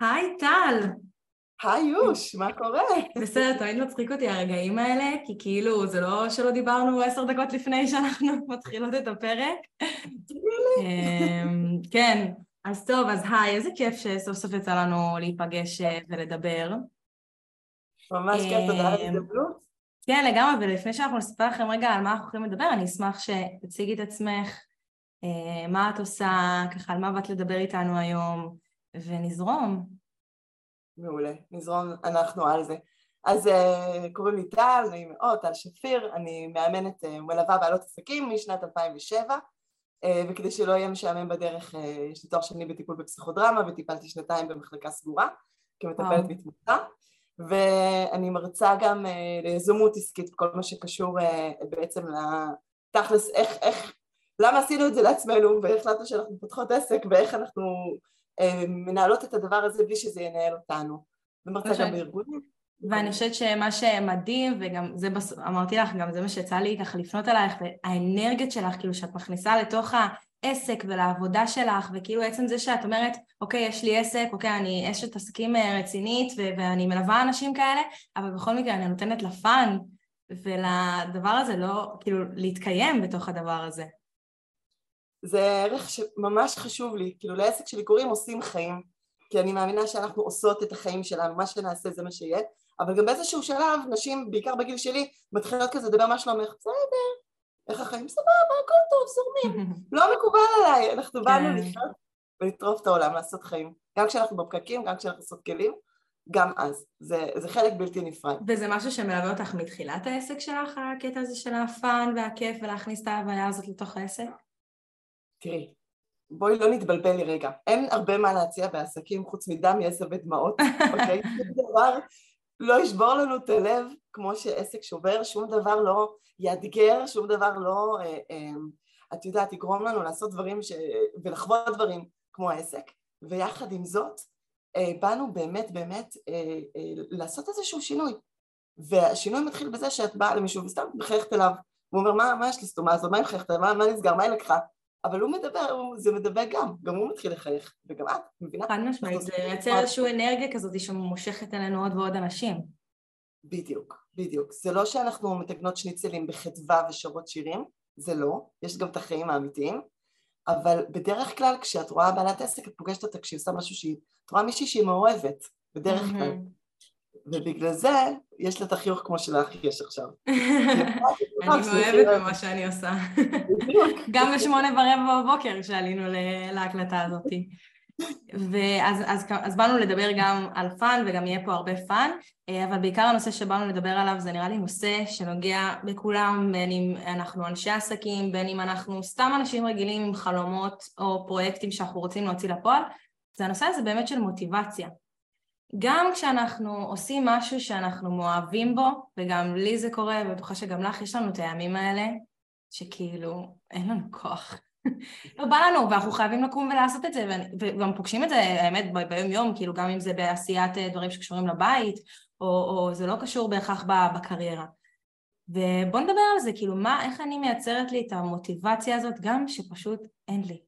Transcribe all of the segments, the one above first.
היי טל. היי יוש, מה קורה? בסדר, תמיד מצחיק אותי הרגעים האלה, כי כאילו זה לא שלא דיברנו 10 דקות לפני שאנחנו מתחילות את הפרק. כן, אז טוב, אז היי, איזה כיף שסוף סוף יצא לנו להיפגש ולדבר. ממש כיף, תודה על ההזדמנות. כן, לגמרי, ולפני שאנחנו נספר לכם רגע על מה אנחנו יכולים לדבר, אני אשמח שתציגי את עצמך, מה את עושה, ככה על מה באת לדבר איתנו היום, ונזרום. מעולה, נזרום, אנחנו על זה. אז קוראים לי טל, נעים מאוד, טל שפיר, אני מאמנת ומלווה בעלות עסקים משנת 2007, וכדי שלא יהיה משעמם בדרך, יש לי תואר שני בטיפול בפסיכודרמה, וטיפלתי 2 במחלקה סגורה, כמטפלת מתמחה, ואני מרצה גם ליזמות עסקית, כל מה שקשור בעצם לתכלס, למה עשינו את זה לעצמנו, והחלטנו שאנחנו פותחות עסק, ואיך אנחנו מנהלות את הדבר הזה בלי שזה ינהל אותנו. ומרצה גם בארגונים. ואני חושבת שמה שמדהים, וגם זה אמרתי לך, גם זה מה שיצא לי ככה לפנות אלייך, והאנרגיות שלך, כאילו שאת מכניסה לתוך העסק ולעבודה שלך, וכאילו עצם זה שאת אומרת, אוקיי, יש לי עסק, אוקיי, אני אשת עסקים רצינית, ואני מלווה אנשים כאלה, אבל בכל מקרה אני נותנת לפן, ולדבר הזה לא, כאילו, להתקיים בתוך הדבר הזה. זה ערך שממש חשוב לי, כאילו לעסק שלי קוראים עושים חיים, כי אני מאמינה שאנחנו עושות את החיים שלנו, מה שנעשה זה מה שיהיה, אבל גם באיזשהו שלב, נשים, בעיקר בגיל שלי, מתחילות כזה לדבר מה שלומך, בסדר, איך החיים, סבבה, הכל טוב, זורמים, לא מקובל עליי, אנחנו באנו לחיות ולטרוף את העולם, לעשות חיים, גם כשאנחנו בפקקים, גם כשאנחנו עושות כלים, גם אז, זה חלק בלתי נפרד. וזה משהו שמלווה אותך מתחילת העסק שלך, הקטע הזה של הפאן והכיף ולהכניס את ההוויה הזאת לתוך העסק? תראי, בואי לא נתבלבל לי רגע, אין הרבה מה להציע בעסקים חוץ מדם, יזע ודמעות, אוקיי? שום דבר לא ישבור לנו את הלב כמו שעסק שובר, שום דבר לא יאתגר, שום דבר לא, את יודעת, יגרום לנו לעשות דברים ולחוות דברים כמו העסק, ויחד עם זאת, באנו באמת לעשות איזשהו שינוי, והשינוי מתחיל בזה שאת באה למישהו וסתם מחייכת אליו, הוא אומר, מה יש לסתומה הזאת, מה היא מחייכת, מה נסגר, מה היא לקחה? אבל הוא מדבר, זה מדבר גם הוא מתחיל לחייך, וגם את, מבינה? חד משמעית, זה יוצר איזושהי אנרגיה כזאת שמושכת אלינו עוד ועוד אנשים. בדיוק, זה לא שאנחנו מתגנות שניצלים בחדווה ושרות שירים, זה לא, יש גם את החיים האמיתיים, אבל בדרך כלל כשאת רואה בעלת עסק, את פוגשת אותה כשהיא עושה משהו את רואה מישהי שהיא מאוהבת, בדרך כלל. ובגלל זה יש לה את החיוך כמו שלך יש עכשיו. אני מאוהבת במה שאני עושה. גם ב8:15 בבוקר שעלינו להקלטה הזאת. אז באנו לדבר גם על פאן, וגם יהיה פה הרבה פאן, אבל בעיקר הנושא שבאנו לדבר עליו זה נראה לי נושא שנוגע בכולם, בין אם אנחנו אנשי עסקים, בין אם אנחנו סתם אנשים רגילים עם חלומות או פרויקטים שאנחנו רוצים להוציא לפועל, זה הנושא הזה באמת של מוטיבציה. גם כשאנחנו עושים משהו שאנחנו מאוהבים בו, וגם לי זה קורה, ובטוחה שגם לך יש לנו את הימים האלה, שכאילו אין לנו כוח. לא בא לנו, ואנחנו חייבים לקום ולעשות את זה, וגם פוגשים את זה, האמת, ביום יום, כאילו גם אם זה בעשיית דברים שקשורים לבית, או זה לא קשור בהכרח בקריירה. ובוא נדבר על זה, כאילו איך אני מייצרת לי את המוטיבציה הזאת, גם שפשוט אין לי.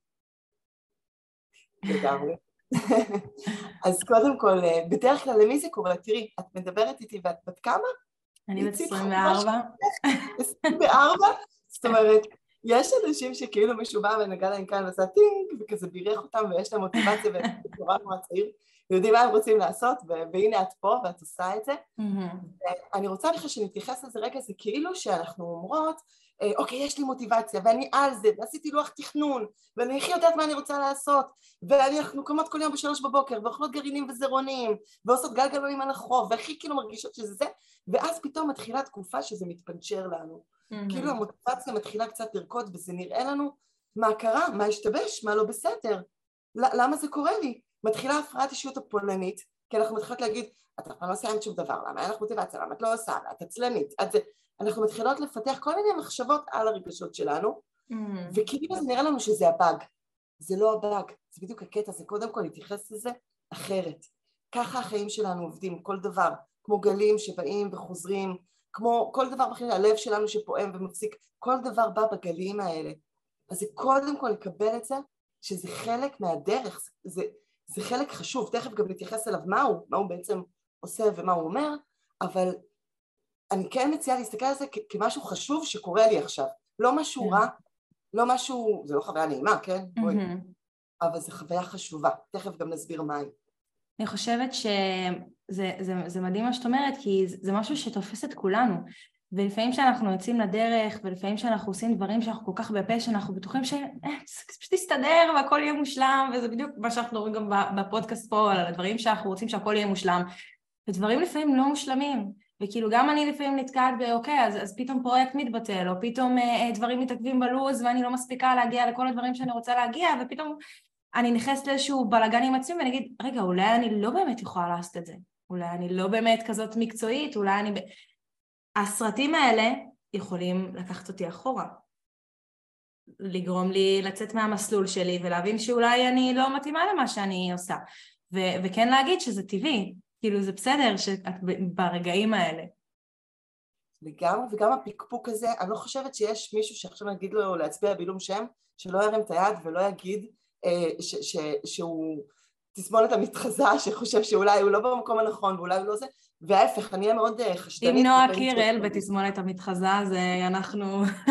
לגמרי. אז קודם כל, בדרך כלל למי זה קורה? תראי, את מדברת איתי ואת בת כמה? אני בת 24. 24? זאת אומרת, יש אנשים שכאילו מישהו בא ונגע להם כאן ועשה טינג, וכזה בירך אותם ויש להם מוטיבציה ונורא נורא צעיר, יודעים מה הם רוצים לעשות, והנה את פה ואת עושה את זה. אני רוצה לך שנתייחס לזה רגע, זה כאילו שאנחנו אומרות, אוקיי, יש לי מוטיבציה, ואני על זה, ועשיתי לוח תכנון, ואני הכי יודעת מה אני רוצה לעשות, ואנחנו קומות כל יום ב3 בבוקר, ואוכלות גרעינים וזרעונים, ועושות גלגלים על החוב, והכי כאילו מרגישות שזה זה, ואז פתאום מתחילה תקופה שזה מתפנצ'ר לנו. כאילו המוטיבציה מתחילה קצת לרקוד, וזה נראה לנו מה קרה, מה השתבש, מה לא בסדר, למה זה קורה לי? מתחילה הפרעת אישיות הפולנית, כי אנחנו מתחילות להגיד, את לא סיימת שום דבר, למה אין לך מוטיבציה, למה את לא עושה, את עצלנית, אנחנו מתחילות לפתח כל מיני מחשבות על הרגשות שלנו, וכאילו זה נראה לנו שזה הבאג, זה לא הבאג, זה בדיוק הקטע, זה קודם כל להתייחס לזה אחרת. ככה החיים שלנו עובדים, כל דבר, כמו גלים שבאים וחוזרים, כמו כל דבר בכלל, הלב שלנו שפועם ומפסיק, כל דבר בא בגלים האלה. אז זה קודם כל לקבל את זה, שזה חלק מהדרך, זה חלק חשוב, תכף גם נתייחס אליו מה הוא בעצם עושה ומה הוא אומר, אבל אני כן מציעה להסתכל על זה כמשהו חשוב שקורה לי עכשיו, לא משהו רע, לא משהו, זה לא חוויה נעימה, כן? בואי. אבל זו חוויה חשובה, תכף גם נסביר מהי. אני חושבת שזה מדהים מה שאת אומרת, כי זה משהו שתופס את כולנו, ולפעמים שאנחנו יוצאים לדרך, ולפעמים שאנחנו עושים דברים שאנחנו כל כך בפה, שאנחנו בטוחים שזה פשוט יסתדר והכל יהיה מושלם, וזה בדיוק מה שאנחנו רואים גם בפודקאסט פה, על הדברים שאנחנו רוצים שהכל יהיה מושלם, ודברים לפעמים לא מושלמים, וכאילו גם אני לפעמים נתקעת באוקיי, אז פתאום פרויקט מתבטל, או פתאום דברים מתעכבים בלוז, ואני לא מספיקה להגיע לכל הדברים שאני רוצה להגיע, ופתאום אני נכנסת לאיזשהו בלגן עם עצמי, ואני אגיד, רגע, אולי אני לא באמת יכולה לעשות את זה, אולי אני לא באמת כזאת מקצועית, אולי אני... הסרטים האלה יכולים לקחת אותי אחורה, לגרום לי לצאת מהמסלול שלי, ולהבין שאולי אני לא מתאימה למה שאני עושה, וכן להגיד שזה טבעי, כאילו זה בסדר שאת ברגעים האלה. לגמרי, וגם הפיקפוק הזה, אני לא חושבת שיש מישהו שעכשיו נגיד לו להצביע בעילום שם, שלא ירים את היד ולא יגיד שהוא תסמונת המתחזה, שחושב שאולי הוא לא במקום הנכון ואולי הוא לא זה, וההפך, אני אהיה מאוד חשדנית. אם נועה קירל בתסמונת המתחזה, זה אנחנו...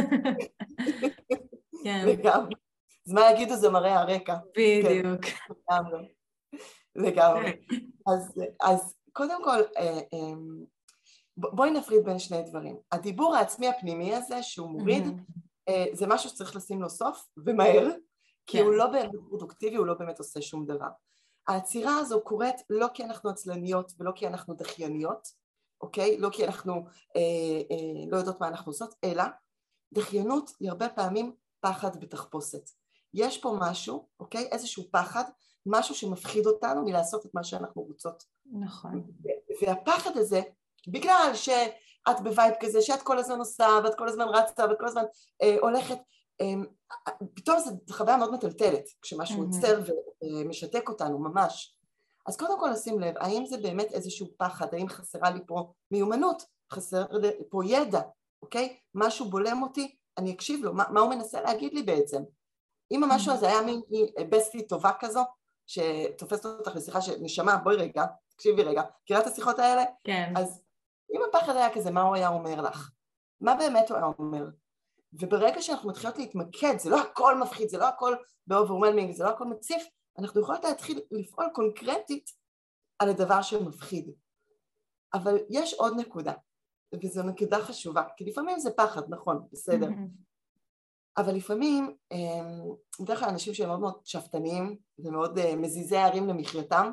לגמרי. אז מה יגידו זה מראה הרקע. בדיוק. לגמרי. אז קודם כל, בואי נפריד בין שני דברים. הדיבור העצמי הפנימי הזה שהוא מוריד, זה משהו שצריך לשים לו סוף ומהר, כי הוא לא באמת פרודוקטיבי, הוא לא באמת עושה שום דבר. העצירה הזו קורית לא כי אנחנו עצלניות ולא כי אנחנו דחייניות, אוקיי? לא כי אנחנו לא יודעות מה אנחנו עושות, אלא דחיינות היא הרבה פעמים פחד בתחפושת. יש פה משהו, אוקיי? איזשהו פחד, משהו שמפחיד אותנו מלעשות את מה שאנחנו רוצות. נכון. והפחד הזה, בגלל שאת בווייב כזה, שאת כל הזמן עושה, ואת כל הזמן רצת, ואת כל הזמן הולכת, פתאום זו חוויה מאוד מטלטלת, כשמשהו יוצר ומשתק אותנו ממש. אז קודם כל לשים לב, האם זה באמת איזשהו פחד, האם חסרה לי פה מיומנות, חסר לי פה ידע, אוקיי? משהו בולם אותי, אני אקשיב לו, מה הוא מנסה להגיד לי בעצם? אם המשהו הזה היה מין בסטי טובה כזו, שתופסת אותך לשיחה שנשמע, בואי רגע, תקשיבי רגע, מכירה את השיחות האלה? כן. אז אם הפחד היה כזה, מה הוא היה אומר לך? מה באמת הוא היה אומר? וברגע שאנחנו מתחילות להתמקד, זה לא הכל מפחיד, זה לא הכל באוברמלמינג, זה לא הכל מציף, אנחנו יכולות להתחיל לפעול קונקרטית על הדבר שמפחיד. אבל יש עוד נקודה, וזו נקודה חשובה, כי לפעמים זה פחד, נכון, בסדר. אבל לפעמים, בדרך כלל אנשים שהם מאוד מאוד שפטניים, ומאוד מזיזי הערים למחייתם,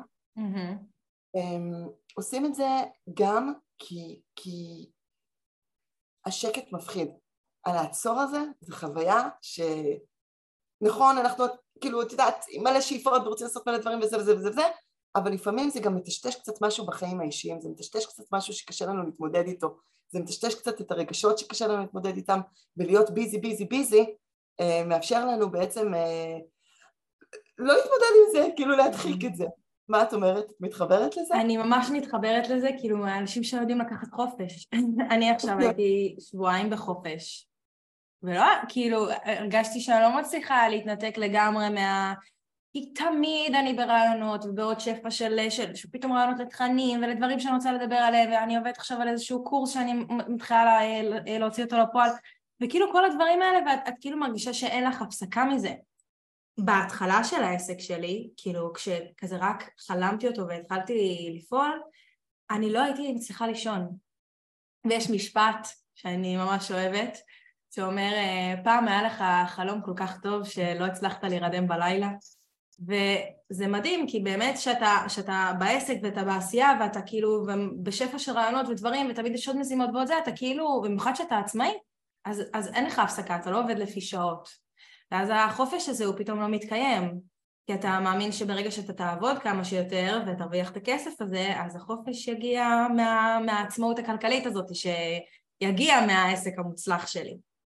עושים את זה גם כי השקט מפחיד. על העצור הזה, זו חוויה שנכון, אנחנו כאילו, את יודעת, מלא שאיפות ורוצים לעשות מלא דברים וזה וזה וזה וזה, אבל לפעמים זה גם מטשטש קצת משהו בחיים האישיים, זה מטשטש קצת משהו שקשה לנו להתמודד איתו, זה מטשטש קצת את הרגשות שקשה לנו להתמודד איתם, ולהיות ביזי ביזי ביזי, מאפשר לנו בעצם לא להתמודד עם זה, כאילו להדחיק את זה. מה את אומרת? את מתחברת לזה? אני ממש מתחברת לזה, כאילו, האנשים שלא לקחת חופש. אני עכשיו הייתי שבועיים בחופש, ולא, כאילו, הרגשתי שאני לא מצליחה להתנתק לגמרי כי תמיד אני ברעיונות ובעוד שפע של פתאום רעיונות לתכנים ולדברים שאני רוצה לדבר עליהם, ואני עובדת עכשיו על איזשהו קורס שאני מתחילה להוציא אותו לפועל, וכאילו כל הדברים האלה, ואת כאילו מרגישה שאין לך הפסקה מזה. בהתחלה של העסק שלי, כאילו כשכזה רק חלמתי אותו והתחלתי לפעול, אני לא הייתי מצליחה לישון. ויש משפט שאני ממש אוהבת, שאומר, פעם היה לך חלום כל כך טוב שלא הצלחת להירדם בלילה, וזה מדהים, כי באמת שאתה בעסק ואתה בעשייה, ואתה כאילו בשפע של רעיונות ודברים, ותמיד יש עוד משימות ועוד זה, אתה כאילו, במיוחד שאתה עצמאי, אז אין לך הפסקה, אתה לא עובד לפי שעות. ואז החופש הזה הוא פתאום לא מתקיים, כי אתה מאמין שברגע שאתה תעבוד כמה שיותר ותרוויח את הכסף הזה, אז החופש יגיע מהעצמאות הכלכלית הזאת, שיגיע מהעסק המוצלח שלי.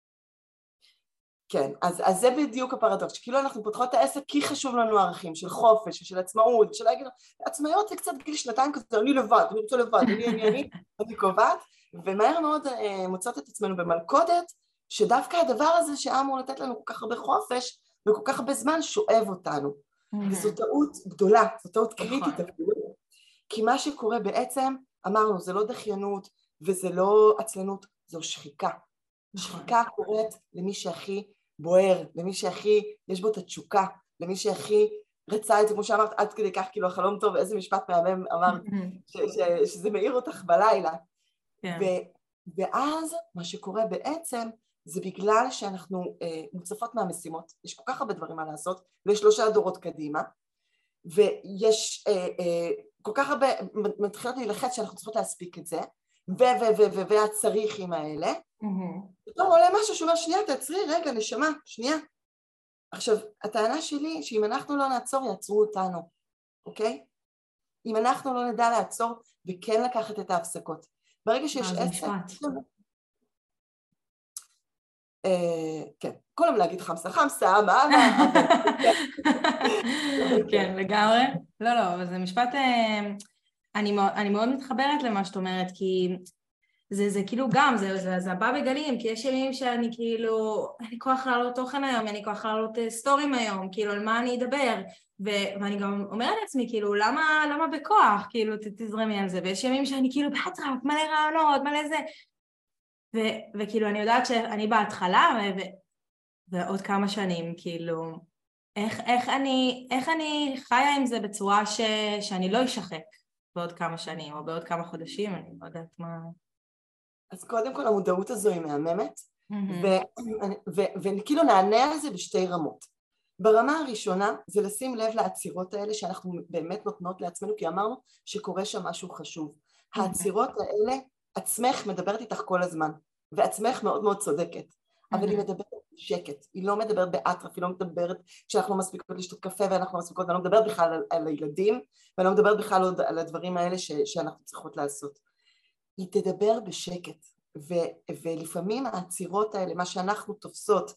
כן, אז זה בדיוק הפרדוקס, שכאילו אנחנו פותחות את העסק כי חשוב לנו ערכים של חופש ושל עצמאות, ושל להגיד, עצמאיות זה קצת גיל שנתיים כזה, אני לבד, אני רוצה לבד, אני קובעת, ומהר מאוד מוצאות את עצמנו במלכודת, שדווקא הדבר הזה שאמור לתת לנו כל כך הרבה חופש, וכל כך הרבה זמן שואב אותנו. וזו טעות גדולה, זו טעות קריטית אפילו, כי מה שקורה בעצם, אמרנו, זה לא דחיינות וזה לא עצלנות, זו שחיקה. שחיקה קורית למי שהכי בוער, למי שהכי יש בו את התשוקה, למי שהכי רצה את זה, כמו שאמרת, עד כדי כך כאילו החלום טוב, איזה משפט מהמם אמרת, שזה מאיר אותך בלילה. ואז מה שקורה בעצם, זה בגלל שאנחנו מוצפות מהמשימות, יש כל כך הרבה דברים מה לעשות, ויש 3 דורות קדימה, ויש כל כך הרבה, מתחילות להילחץ שאנחנו צריכות להספיק את זה, והצריכים האלה, פתאום עולה משהו שאומר, שנייה, תעצרי, רגע, נשמה, שנייה. עכשיו, הטענה שלי, שאם אנחנו לא נעצור, יעצרו אותנו, אוקיי? אם אנחנו לא נדע לעצור, וכן לקחת את ההפסקות. ברגע שיש עסק... כן, כל יום להגיד חמסה, מה? כן, לגמרי. לא, אבל זה משפט... אני מאוד מתחברת למה שאת אומרת, כי זה כאילו גם, זה הבא בגלים, כי יש ימים שאני כאילו, אין לי כוח לעלות תוכן היום, אין לי כוח לעלות סטורים היום, כאילו על מה אני אדבר, ואני גם אומרת לעצמי, כאילו, למה בכוח, כאילו, תזרמי על זה, ויש ימים שאני כאילו בהטרק, מלא רעיונות, מלא זה, וכאילו אני יודעת שאני בהתחלה, ועוד כמה שנים, כאילו, איך אני חיה עם זה בצורה שאני לא אשחק בעוד כמה שנים, או בעוד כמה חודשים, אני לא יודעת מה... אז קודם כל המודעות הזו היא מהממת, וכאילו נענה על זה בשתי רמות. ברמה הראשונה זה לשים לב לעצירות האלה שאנחנו באמת נותנות לעצמנו, כי אמרנו שקורה שם משהו חשוב. העצירות האלה, עצמך מדברת איתך כל הזמן, ועצמך מאוד מאוד צודקת, אבל היא מדברת בשקט, היא לא מדברת באטרף, היא לא מדברת כשאנחנו לא מספיקות לשתות קפה ואנחנו לא מספיקות, ואני לא מדברת בכלל על הילדים, ואני לא מדברת בכלל על הדברים האלה שאנחנו צריכות לעשות. היא תדבר בשקט, ולפעמים העצירות האלה, מה שאנחנו תופסות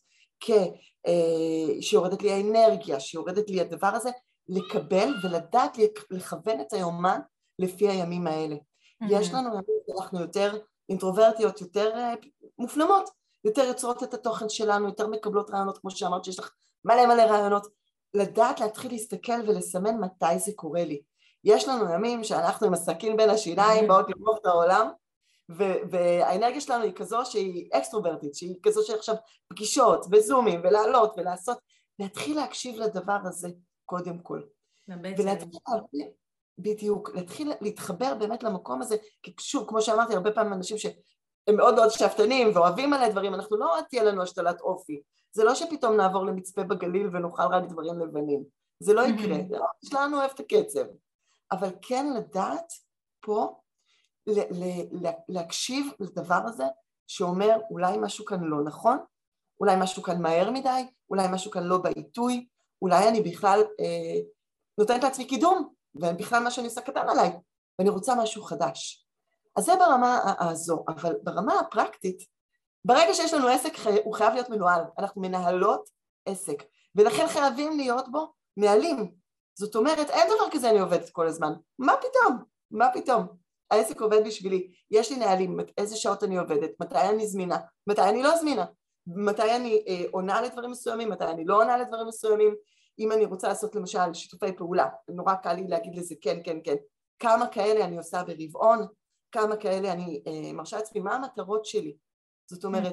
שיורדת לי האנרגיה, שיורדת לי הדבר הזה, לקבל ולדעת לכוון את היומן לפי הימים האלה. יש לנו ימים שאנחנו יותר אינטרוברטיות, יותר מופנמות, יותר יוצרות את התוכן שלנו, יותר מקבלות רעיונות, כמו שאמרת שיש לך מלא רעיונות, לדעת להתחיל להסתכל ולסמן מתי זה קורה לי. יש לנו ימים שאנחנו עם הסכין בין השיניים, באות למרוך את העולם, והאנרגיה שלנו היא כזו שהיא אקסטרוברטית, שהיא כזו שעכשיו פגישות וזומים ולעלות ולעשות, להתחיל להקשיב לדבר הזה קודם כל. ולהתחיל בדיוק, להתחיל להתחבר באמת למקום הזה, כי שוב, כמו שאמרתי, הרבה פעמים אנשים שהם מאוד מאוד שאפתנים ואוהבים מלא דברים, אנחנו לא תהיה לנו השתלת אופי, זה לא שפתאום נעבור למצפה בגליל ונאכל רק דברים לבנים, זה לא יקרה, יש לנו אוהב את הקצב, אבל כן לדעת פה, להקשיב לדבר הזה שאומר אולי משהו כאן לא נכון, אולי משהו כאן מהר מדי, אולי משהו כאן לא בעיתוי, אולי אני בכלל נותנת לעצמי קידום, ובכלל מה שאני עושה קטן עליי, ואני רוצה משהו חדש. אז זה ברמה הזו, אבל ברמה הפרקטית, ברגע שיש לנו עסק הוא חייב להיות מנוהל, אנחנו מנהלות עסק, ולכן חייבים להיות בו נהלים. זאת אומרת, אין דבר כזה אני עובדת כל הזמן, מה פתאום? העסק עובד בשבילי, יש לי נהלים, איזה שעות אני עובדת, מתי אני זמינה, מתי אני לא זמינה, מתי אני עונה לדברים מסוימים, מתי אני לא עונה לדברים מסוימים, אם אני רוצה לעשות למשל שיתופי פעולה, נורא קל לי להגיד לזה כן, כמה כאלה אני עושה ברבעון, כמה כאלה אני מרשה לעצמי, מה המטרות שלי, זאת אומרת,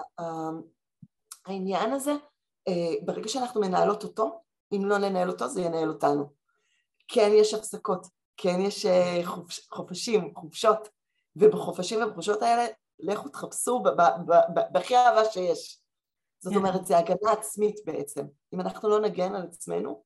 העניין הזה, ברגע שאנחנו מנהלות אותו, אם לא ננהל אותו זה ינהל אותנו, כן יש הפסקות, כן יש חופשות, ובחופשים ובחופשות האלה, לכו תחפשו בכי אהבה שיש. זאת אומרת, זה הגנה עצמית בעצם. אם אנחנו לא נגן על עצמנו,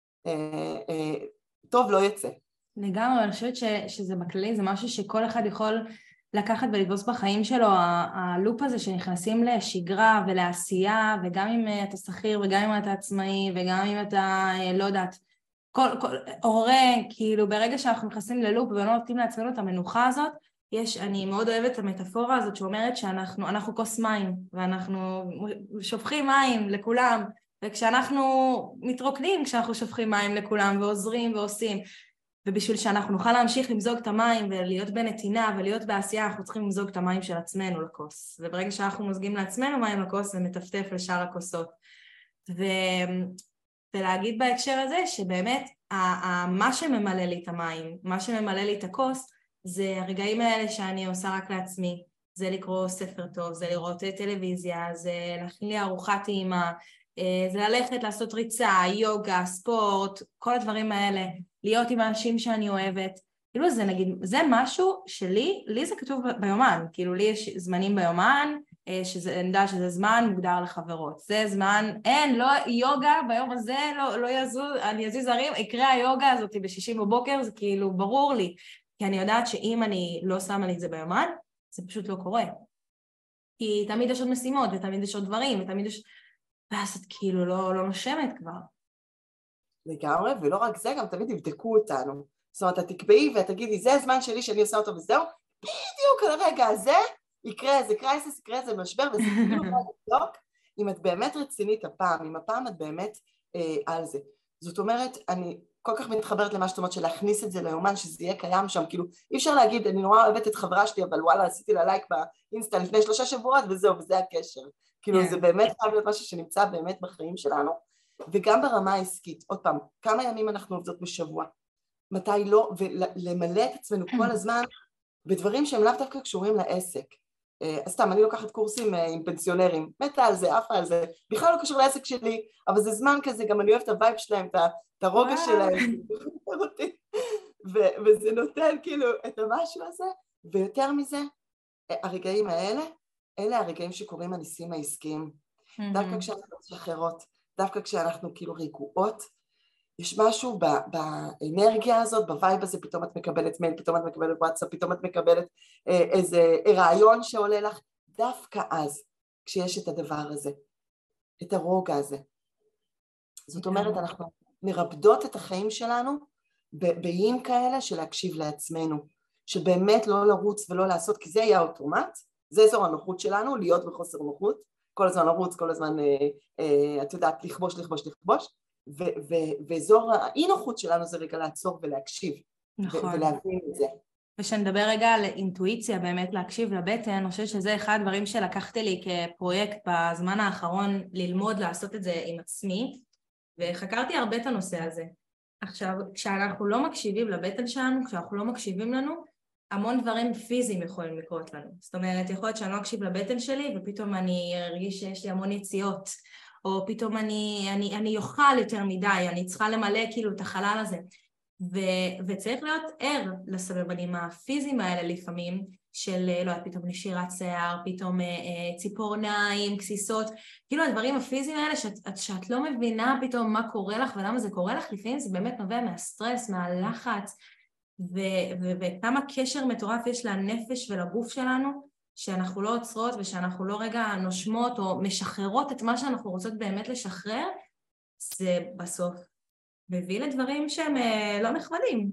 טוב לא יצא. לגמרי, אני חושבת שזה בכללי, זה משהו שכל אחד יכול לקחת ולתבוס בחיים שלו, הלופ הזה שנכנסים לשגרה ולעשייה, וגם אם אתה שכיר וגם אם אתה עצמאי, וגם אם אתה, לא יודעת, הורה, כאילו ברגע שאנחנו נכנסים ללופ ולא נותנים לעצמנו את המנוחה הזאת, אני מאוד אוהבת את המטאפורה הזאת שאומרת שאנחנו כוס מים, ואנחנו שופכים מים לכולם, וכשאנחנו מתרוקנים, כשאנחנו שופכים מים לכולם ועוזרים ועושים, ובשביל שאנחנו נוכל להמשיך למזוג את המים ולהיות בנתינה ולהיות בעשייה, אנחנו צריכים למזוג את המים של עצמנו לכוס, וברגע שאנחנו מוזגים לעצמנו מים לכוס, זה מטפטף לשאר הכוסות. ולהגיד בהקשר הזה שבאמת מה שממלא לי את המים, מה שממלא לי את הכוס, זה הרגעים האלה שאני עושה רק לעצמי, זה לקרוא ספר טוב, זה לראות טלוויזיה, זה להכין לי ארוחת טעימה, זה ללכת לעשות ריצה, יוגה, ספורט, כל הדברים האלה, להיות עם האנשים שאני אוהבת, כאילו זה נגיד, זה משהו שלי, לי זה כתוב ביומן, כאילו לי יש זמנים ביומן, אני יודעת שזה זמן מוגדר לחברות, זה זמן, אין, לא יוגה ביום הזה, לא יזוז, אני אזיז הרים, יקרה היוגה הזאת בשישי בבוקר, זה כאילו ברור לי, כי אני יודעת שאם אני לא שמה לי את זה ביומן, זה פשוט לא קורה. כי תמיד יש עוד משימות, ותמיד יש עוד דברים, ותמיד יש... ואז את כאילו לא נושמת כבר. לגמרי, ולא רק זה, גם תמיד יבדקו אותנו. זאת אומרת, את תקבעי ותגידי, זה הזמן שלי שאני עושה אותו וזהו, בדיוק על הרגע הזה, יקרה איזה קרייסס, יקרה איזה משבר, וזה כאילו מה לבדוק, אם את באמת רצינית הפעם, אם הפעם את באמת על זה. זאת אומרת, אני כל כך מתחברת למה שאת אומרת, שלהכניס את זה ליומן, שזה יהיה קיים שם, כאילו, אי אפשר להגיד, אני נורא אוהבת את חברה שלי, אבל וואלה, עשיתי לה לייק באינסטה לפני 3 שבועות, וזהו, וזה הקשר. כאילו, זה באמת חייב להיות משהו שנמצא באמת בחיים שלנו, וגם ברמה העסקית. עוד פעם, כמה ימים אנחנו עובדות בשבוע? מתי לא? ולמלא את עצמנו כל הזמן בדברים שהם לאו דווקא קשורים לעסק. אז סתם, אני לוקחת קורסים עם פנסיונרים, מתה על זה, עפה על זה, בכלל לא קשור לעסק שלי, אבל זה זמן כזה, גם אני אוהבת את הווייב שלהם, את הרוגע שלהם, וזה נותן כאילו את המשהו הזה, ויותר מזה, הרגעים האלה, אלה הרגעים שקוראים הניסים העסקיים, דווקא כשאנחנו משחררות, דווקא כשאנחנו כאילו רגועות, יש משהו באנרגיה הזאת, בווייב הזה, פתאום את מקבלת מייל, פתאום את מקבלת וואטסאפ, פתאום את מקבלת איזה רעיון שעולה לך, דווקא אז, כשיש את הדבר הזה, את הרוגע הזה. זאת אומרת, אנחנו מרבדות את החיים שלנו באיים כאלה של להקשיב לעצמנו, שבאמת לא לרוץ ולא לעשות, כי זה יהיה האוטומט, זה אזור הנוחות שלנו, להיות בחוסר נוחות, כל הזמן לרוץ, כל הזמן, את יודעת, לכבוש, ואזור האי נוחות שלנו זה רגע לעצור ולהקשיב, נכון. ולהבין את זה. ושנדבר רגע על אינטואיציה, באמת להקשיב לבטן, אני חושבת שזה אחד הדברים שלקחתי לי כפרויקט בזמן האחרון, ללמוד לעשות את זה עם עצמי, וחקרתי הרבה את הנושא הזה. עכשיו, כשאנחנו לא מקשיבים לבטן שלנו, כשאנחנו לא מקשיבים לנו, המון דברים פיזיים יכולים לקרות לנו. זאת אומרת, יכול להיות שאני לא אקשיב לבטן שלי, ופתאום אני ארגיש שיש לי המון יציאות, או פתאום אני אוכל יותר מדי, אני צריכה למלא כאילו את החלל הזה. וצריך להיות ער לסבבנים הפיזיים האלה לפעמים, של לא יודעת, פתאום נשירת שיער, פתאום ציפורניים, כסיסות, כאילו הדברים הפיזיים האלה שאת לא מבינה פתאום מה קורה לך ולמה זה קורה לך, לפעמים זה באמת נובע מהסטרס, מהלחץ, וכמה קשר מטורף יש לנפש ולגוף שלנו, שאנחנו לא עוצרות ושאנחנו לא רגע נושמות או משחררות את מה שאנחנו רוצות באמת לשחרר, זה בסוף מביא לדברים שהם לא נחמדים.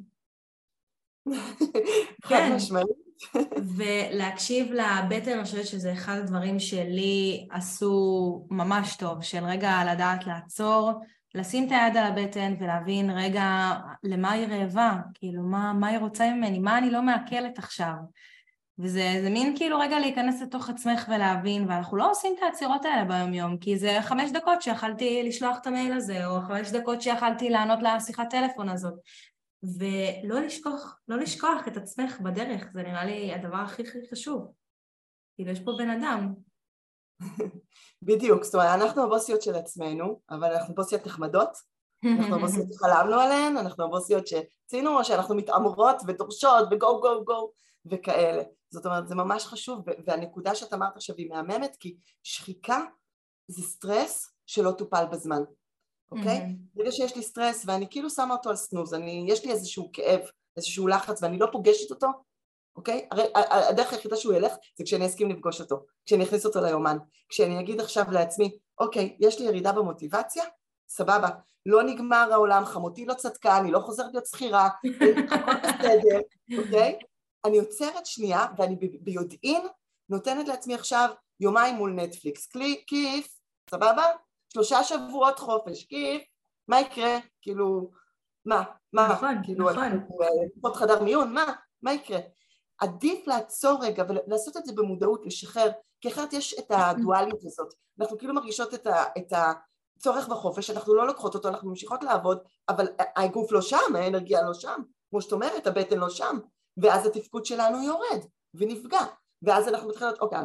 חד משמעית. ולהקשיב לבטן, אני חושבת שזה אחד הדברים שלי עשו ממש טוב, של רגע לדעת לעצור, לשים את היד על הבטן ולהבין רגע למה היא רעבה, כאילו מה היא רוצה ממני, מה אני לא מעכלת עכשיו. וזה מין כאילו רגע להיכנס לתוך עצמך ולהבין, ואנחנו לא עושים את העצירות האלה ביום יום, כי זה 5 דקות שיכלתי לשלוח את המייל הזה, או 5 דקות שיכלתי לענות לשיחת טלפון הזאת. ולא לשכוח את עצמך בדרך, זה נראה לי הדבר הכי חשוב. כאילו יש פה בן אדם. בדיוק, זאת אומרת, אנחנו הבוסיות של עצמנו, אבל אנחנו בוסיות נחמדות, אנחנו הבוסיות שחלמנו עליהן, אנחנו הבוסיות שצינו, או שאנחנו מתאמרות ודורשות וגו גו גו וכאלה. זאת אומרת, זה ממש חשוב, והנקודה שאת אמרת עכשיו היא מהממת, כי שחיקה זה סטרס שלא טופל בזמן, אוקיי? ברגע שיש לי סטרס ואני כאילו שמה אותו על סנוז, יש לי איזשהו כאב, איזשהו לחץ ואני לא פוגשת אותו, אוקיי? הרי הדרך היחידה שהוא ילך זה כשאני אסכים לפגוש אותו, כשאני אכניס אותו ליומן, כשאני אגיד עכשיו לעצמי, אוקיי, יש לי ירידה במוטיבציה, סבבה, לא נגמר העולם, חמותי לא צדקה, אני לא חוזרת להיות שכירה, הכל בסדר, אוקיי? אני יוצרת שנייה ואני ביודעין נותנת לעצמי עכשיו יומיים מול נטפליקס, כיף, סבבה? 3 שבועות חופש, כיף, מה יקרה? כאילו, מה? נכון, כאילו, נכון. פחות חדר מיון, מה יקרה? עדיף לעצור רגע ולעשות את זה במודעות, לשחרר, כי אחרת יש את הדואליות הזאת, אנחנו כאילו מרגישות את צורך בחופש, אנחנו לא לוקחות אותו, אנחנו ממשיכות לעבוד, אבל הגוף לא שם, האנרגיה לא שם, כמו שאת אומרת, הבטן לא שם, ואז התפקוד שלנו יורד ונפגע, ואז אנחנו מתחילות, אוקיי,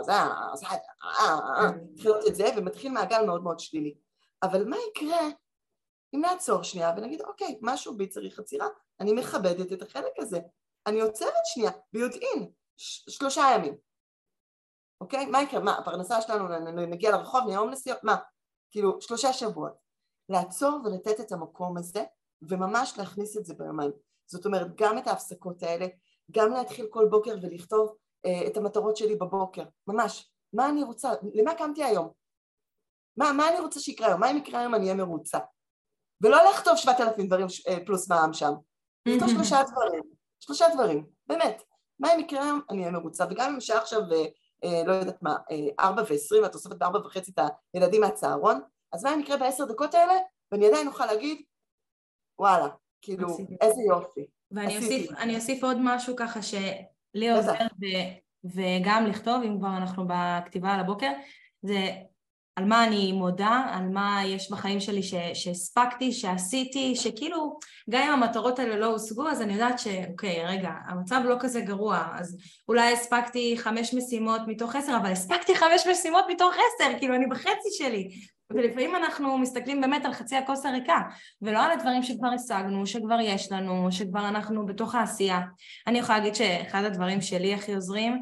מתחילות את זה, ומתחיל מעגל מאוד מאוד שלילי. אבל מה יקרה אם נעצור שנייה ונגיד, אוקיי, משהו בי צריך עצירה, אני מכבדת את החלק הזה, אני עוצרת שנייה, ביודעין, 3 ימים. אוקיי? מה יקרה? מה, הפרנסה שלנו, נגיע לרחוב, נהיה הומלסיות? מה? כאילו, 3 שבועות. לעצור ולתת את המקום הזה, וממש להכניס את זה ביומיים. זאת אומרת, גם את ההפסקות האלה, גם להתחיל כל בוקר ולכתוב את המטרות שלי בבוקר. ממש. מה אני רוצה? למה קמתי היום? מה אני רוצה שיקרה היום? מה אם יקרה היום אני אהיה מרוצה? ולא לכתוב 7,000 דברים פלוס מע"מ שם. לכתוב 3 דברים. 3 דברים. באמת. מה אם יקרה היום אני אהיה מרוצה? וגם אם שעה עכשיו לא יודעת מה, 4:20, ואת אוספת ב4:30 את הילדים מהצהרון, אז מה אם יקרה ב10 דקות האלה, ואני עדיין אוכל להגיד, וואלה, כאילו, איזה יופי. ואני אוסיף עוד משהו ככה שלי עוזר, וגם לכתוב, אם כבר אנחנו בכתיבה על הבוקר, זה על מה אני מודה, על מה יש בחיים שלי שהספקתי, שעשיתי, שכאילו, גם אם המטרות האלה לא הושגו, אז אני יודעת שאוקיי, רגע, המצב לא כזה גרוע, אז אולי הספקתי 5 משימות מתוך 10, אבל הספקתי 5 משימות מתוך 10, כאילו אני בחצי שלי. ולפעמים אנחנו מסתכלים באמת על חצי הכוס הריקה, ולא על הדברים שכבר השגנו, שכבר יש לנו, שכבר אנחנו בתוך העשייה. אני יכולה להגיד שאחד הדברים שלי הכי עוזרים,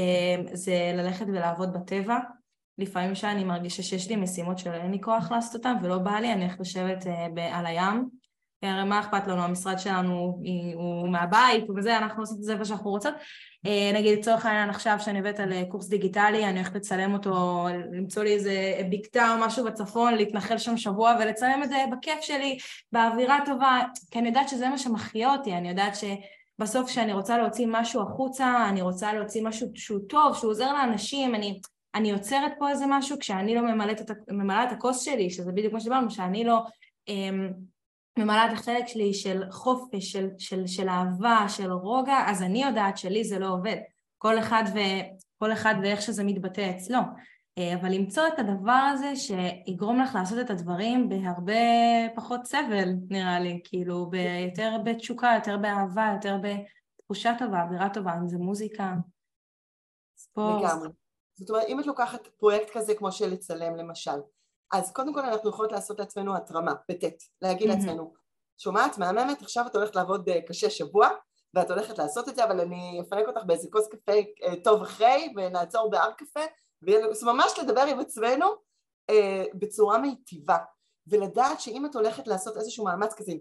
זה ללכת ולעבוד בטבע. לפעמים שאני מרגישה שיש לי משימות שאין לי כוח לעשות אותן, ולא בא לי, אני הולכת לשבת על הים. הרי מה אכפת לנו? המשרד שלנו הוא מהבית, ובזה אנחנו עושים את זה מה שאנחנו רוצות. נגיד, לצורך העניין עכשיו שאני עובדת על קורס דיגיטלי, אני הולכת לצלם אותו, למצוא לי איזה בקתה או משהו בצפון, להתנחל שם שבוע, ולצלם את זה בכיף שלי, באווירה טובה, כי אני יודעת שזה מה שמחיה אותי, אני יודעת שבסוף כשאני רוצה להוציא משהו החוצה, אני רוצה להוציא משהו שהוא טוב, שהוא עוזר לאנשים, אני יוצרת פה איזה משהו, כשאני לא ממלאת את הכוס שלי, שזה בדיוק מה שדיברנו, שאני לא ממלאת את החלק שלי של חופש, של אהבה, של רוגע, אז אני יודעת שלי זה לא עובד. כל אחד ואיך שזה מתבטא אצלו. אבל למצוא את הדבר הזה שיגרום לך לעשות את הדברים בהרבה פחות סבל, נראה לי, כאילו, יותר בתשוקה, יותר באהבה, יותר בתחושה טובה, אווירה טובה, אם זה מוזיקה, ספורט. לגמרי. זאת אומרת, אם את לוקחת פרויקט כזה כמו של לצלם למשל, אז קודם כל אנחנו יכולות לעשות לעצמנו התרמה, בטט, להגיד לעצמנו, שומעת, מהממת, עכשיו את הולכת לעבוד קשה שבוע, ואת הולכת לעשות את זה, אבל אני אפנק אותך באיזה כוס קפה טוב אחרי, ונעצור בהר קפה, וממש לדבר עם עצמנו בצורה מיטיבה, ולדעת שאם את הולכת לעשות איזשהו מאמץ כזה,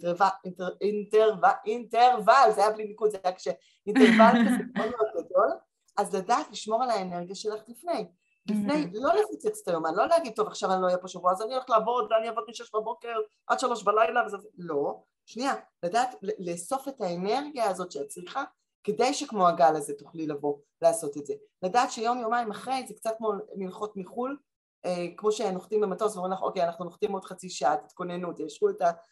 אינטרוול, זה היה בלי ניקוד, זה היה אינטרוול כזה מאוד מאוד גדול, אז לדעת לשמור על האנרגיה שלך לפני, לא לפוצץ את היומן, לא להגיד, טוב, עכשיו אני לא אהיה פה שבוע, אז אני הולך לעבוד, ואני אעבוד מ6 בבוקר עד 3 בלילה, לא, שנייה, לדעת לאסוף את האנרגיה הזאת שאת צריכה, כדי שכמו הגל הזה תוכלי לבוא לעשות את זה. לדעת שיום יומיים אחרי, זה קצת כמו לנחות מחול, כמו שנוחתים במטוס, ואומרים לך, אוקיי, אנחנו נוחתים עוד חצי שעה, תתכוננו, תיישרו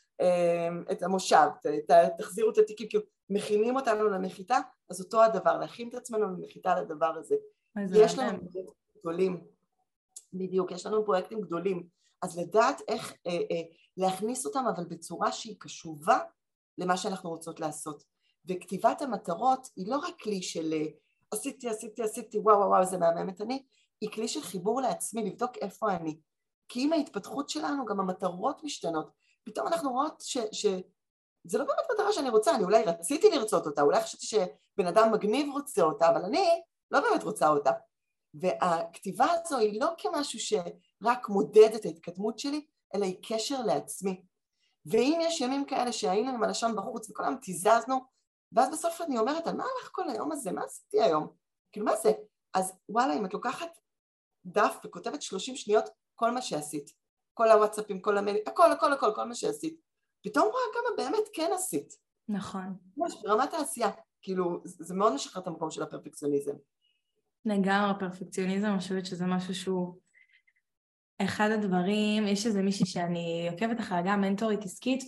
את המושב, תחזירו את התיקים, כאילו מכינים אותנו לנחיתה, אז אותו הדבר, להכין את עצמנו לנחיתה לדבר הזה. יש לנו פרויקטים גדולים, בדיוק, יש לנו פרויקטים גדולים, אז לדעת איך להכניס אותם, אבל בצורה שהיא קשובה למה שאנחנו רוצות לעשות. וכתיבת המטרות היא לא רק כלי של עשיתי, וואו, זה מהממת אני, היא כלי של חיבור לעצמי, לבדוק איפה אני. כי עם ההתפתחות שלנו גם המטרות משתנות. פתאום אנחנו רואות זה לא באמת מטרה שאני רוצה, אני אולי רציתי לרצות אותה, אולי חשבתי שבן אדם מגניב רוצה אותה, אבל אני לא באמת רוצה אותה. והכתיבה הזו היא לא כמשהו שרק מודד את ההתקדמות שלי, אלא היא קשר לעצמי. ואם יש ימים כאלה שהיינו עם הלשון בחוץ וכל היום תיזזנו, ואז בסוף אני אומרת, על מה הלך כל היום הזה? מה עשיתי היום? כאילו מה זה? אז וואלה, אם את לוקחת דף וכותבת 30 שניות כל מה שעשית, כל הוואטסאפים, כל המיילים, הכל, כל מה שעשית, פתאום רואה כמה באמת כן עשית. נכון. ממש ברמת העשייה, כאילו זה מאוד משחרר את המקום של הפרפקציוניזם. לגמרי, פרפקציוניזם, אני חושבת שזה משהו שהוא אחד הדברים, יש איזה מישהי שאני עוקבת אחריה, גם מנטורית עסקית,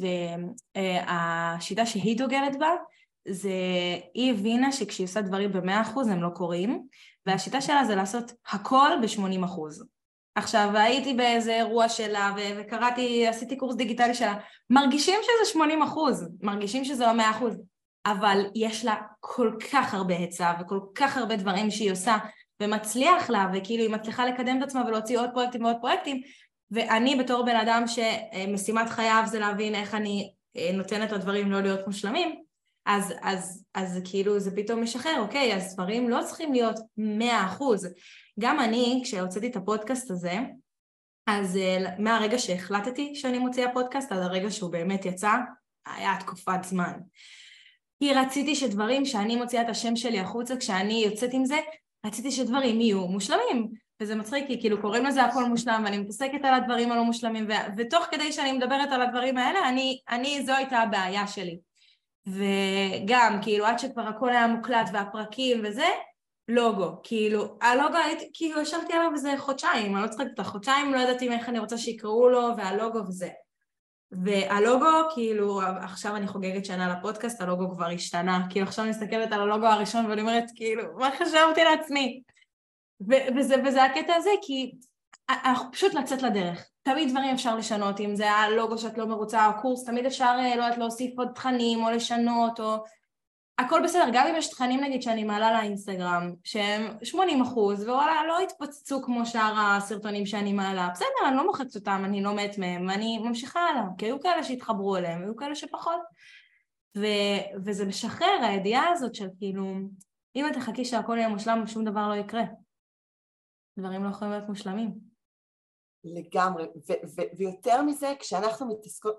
והשיטה שהיא דוגלת בה, זה, היא הבינה שכשהיא עושה דברים ב100% הם לא קורים, והשיטה שלה זה לעשות הכל ב80%. עכשיו, הייתי באיזה אירוע שלה, וקראתי, עשיתי קורס דיגיטלי שלה, מרגישים שזה 80%, מרגישים שזה לא 100%, אבל יש לה כל כך הרבה היצע, וכל כך הרבה דברים שהיא עושה, ומצליח לה, וכאילו היא מצליחה לקדם את עצמה, ולהוציא עוד פרויקטים ועוד פרויקטים, ואני בתור בן אדם שמשימת חייו זה להבין איך אני נותנת לדברים לא להיות מושלמים, אז כאילו זה פתאום משחרר, אוקיי, אז דברים לא צריכים להיות 100%. גם אני, כשהוצאתי את הפודקאסט הזה, אז מהרגע שהחלטתי שאני מוציאה פודקאסט, עד הרגע שהוא באמת יצא, היה תקופת זמן. כי רציתי שדברים שאני מוציאה את השם שלי החוצה, כשאני יוצאת עם זה, רציתי שדברים יהיו מושלמים. וזה מצחיק, כי כאילו קוראים לזה הכל מושלם, ואני מתעסקת על הדברים הלא מושלמים, ותוך כדי שאני מדברת על הדברים האלה, זו הייתה הבעיה שלי. וגם, כאילו, עד שכבר הכל היה מוקלט והפרקים וזה, לוגו, כאילו, הלוגו הייתי, כאילו, ישבתי עליו איזה חודשיים, אני לא צריכה את החודשיים, לא ידעתי איך אני רוצה שיקראו לו, והלוגו וזה. והלוגו, כאילו, עכשיו אני חוגגת שנה לפודקאסט, הלוגו כבר השתנה, כאילו, עכשיו אני מסתכלת על הלוגו הראשון, ואני אומרת, כאילו, מה חשבתי לעצמי? וזה הקטע הזה, כי אנחנו פשוט לצאת לדרך. תמיד דברים אפשר לשנות, אם זה הלוגו שאת לא מרוצה, או קורס, תמיד אפשר לא יודעת להוסיף עוד תכנים, או לשנות, או... הכל בסדר, גם אם יש תכנים נגיד שאני מעלה לאינסטגרם, שהם 80%, ווואלה, לא התפוצצו כמו שאר הסרטונים שאני מעלה. בסדר, אני לא מוחקת אותם, אני לא מת מהם, ואני ממשיכה הלאה, כי היו כאלה שהתחברו אליהם, היו כאלה שפחות. וזה משחרר, הידיעה הזאת של כאילו, אם את תחכי שהכל יהיה מושלם, שום דבר לא יקרה. דברים לא יכולים להיות מושלמים. לגמרי, ויותר מזה, כשאנחנו מתעסקות,